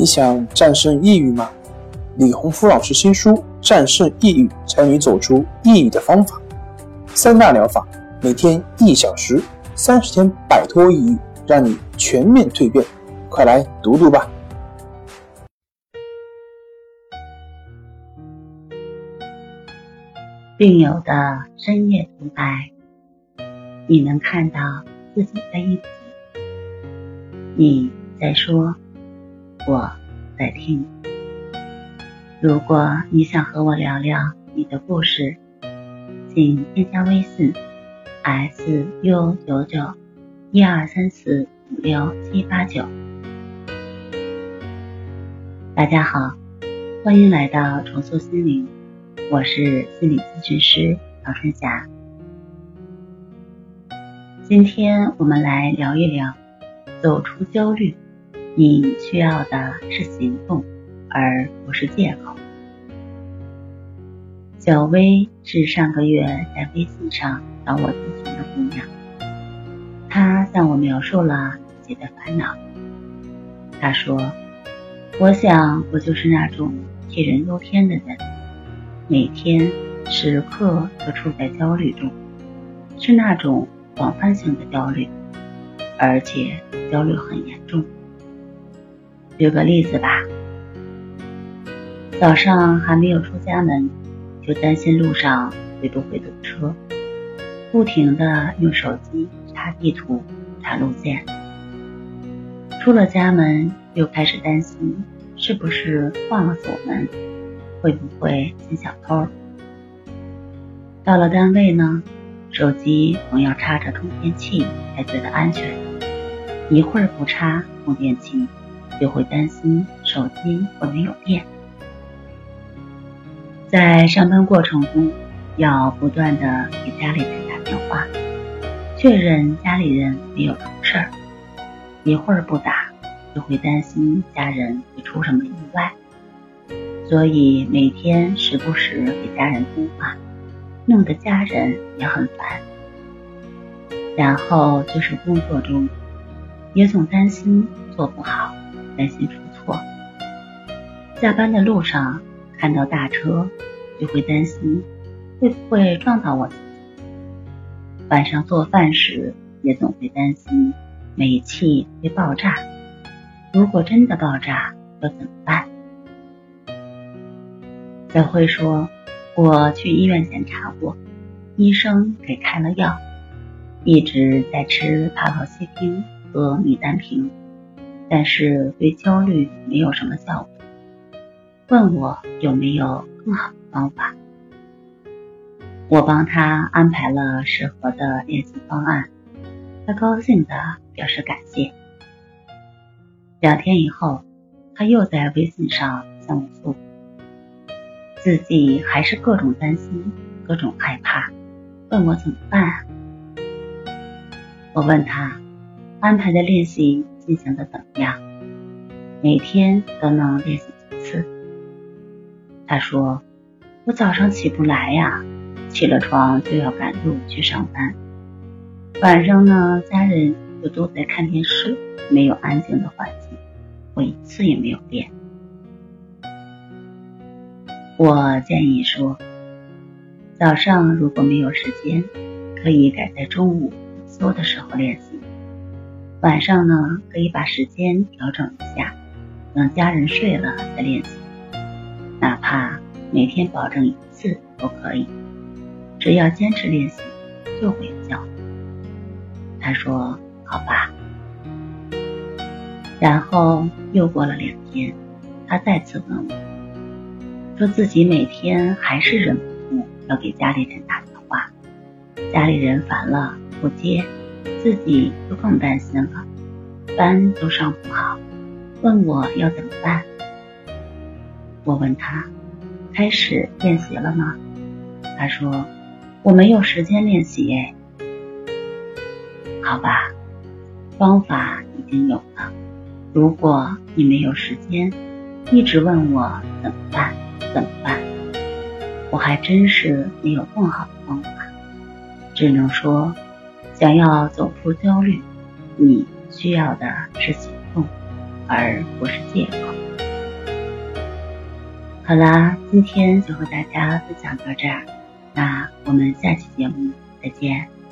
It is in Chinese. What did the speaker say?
你想战胜抑郁吗？李洪福老师新书《战胜抑郁，教你走出抑郁的方法》，3大疗法，每天1小时，30天摆脱抑郁，让你全面蜕变。快来读读吧。 病友的深夜独白，你能看到自己的一集。你在说，我在听。如果你想和我聊聊你的故事，请添加微信 SU991234567889。大家好，欢迎来到重塑心灵，我是心理咨询师曹春霞。今天我们来聊一聊走出焦虑，你需要的是行动，而不是借口。小薇是上个月在微信上找我咨询的姑娘，她向我描述了自己的烦恼。她说，我想我就是那种杞人忧天的人，每天时刻都处在焦虑中，是那种广泛性的焦虑，而且焦虑很严重。举个例子吧，早上还没有出家门，就担心路上会不会堵车，不停地用手机查地图、查路线。出了家门，又开始担心是不是忘了锁门，会不会进小偷。到了单位呢，手机总要插着充电器才觉得安全，一会儿不插充电器，就会担心手机会没有电。在上班过程中，要不断地给家里人打电话，确认家里人没有出事儿，一会儿不打，就会担心家人会出什么意外，所以每天时不时给家人通话，弄得家人也很烦。然后就是工作中，也总担心做不好，担心出错。下班的路上看到大车，就会担心会不会撞到我自己。晚上做饭时，也总会担心煤气会爆炸，如果真的爆炸要怎么办？小慧说，我去医院检查过，医生给开了药，一直在吃帕劳西汀和米丹平，但是对焦虑没有什么效果，问我有没有更好的方法。我帮他安排了适合的练习方案，他高兴地表示感谢。2天以后，他又在微信上向我诉苦，自己还是各种担心，各种害怕，问我怎么办啊？我问他安排的练习进行得怎么样，每天都能练习几次。他说，我早上起不来呀，起了床就要赶路去上班，晚上呢，家人又都在看电视，没有安静的环境，我一次也没有练。我建议说，早上如果没有时间，可以改在中午午休的时候练习，晚上呢，可以把时间调整一下，等家人睡了再练习，哪怕每天保证1次都可以，只要坚持练习就会有效。他说好吧。然后又过了2天，他再次问我，说自己每天还是忍不住要给家里人打电话，家里人烦了不接，自己就更担心了，班都上不好，问我要怎么办。我问他开始练习了吗？他说我没有时间练习耶。好吧，方法已经有了，如果你没有时间，一直问我怎么办，我还真是没有更好的方法，只能说，想要走出焦虑，你需要的是行动，而不是借口。 好啦，今天就和大家分享到这儿，那我们下期节目再见。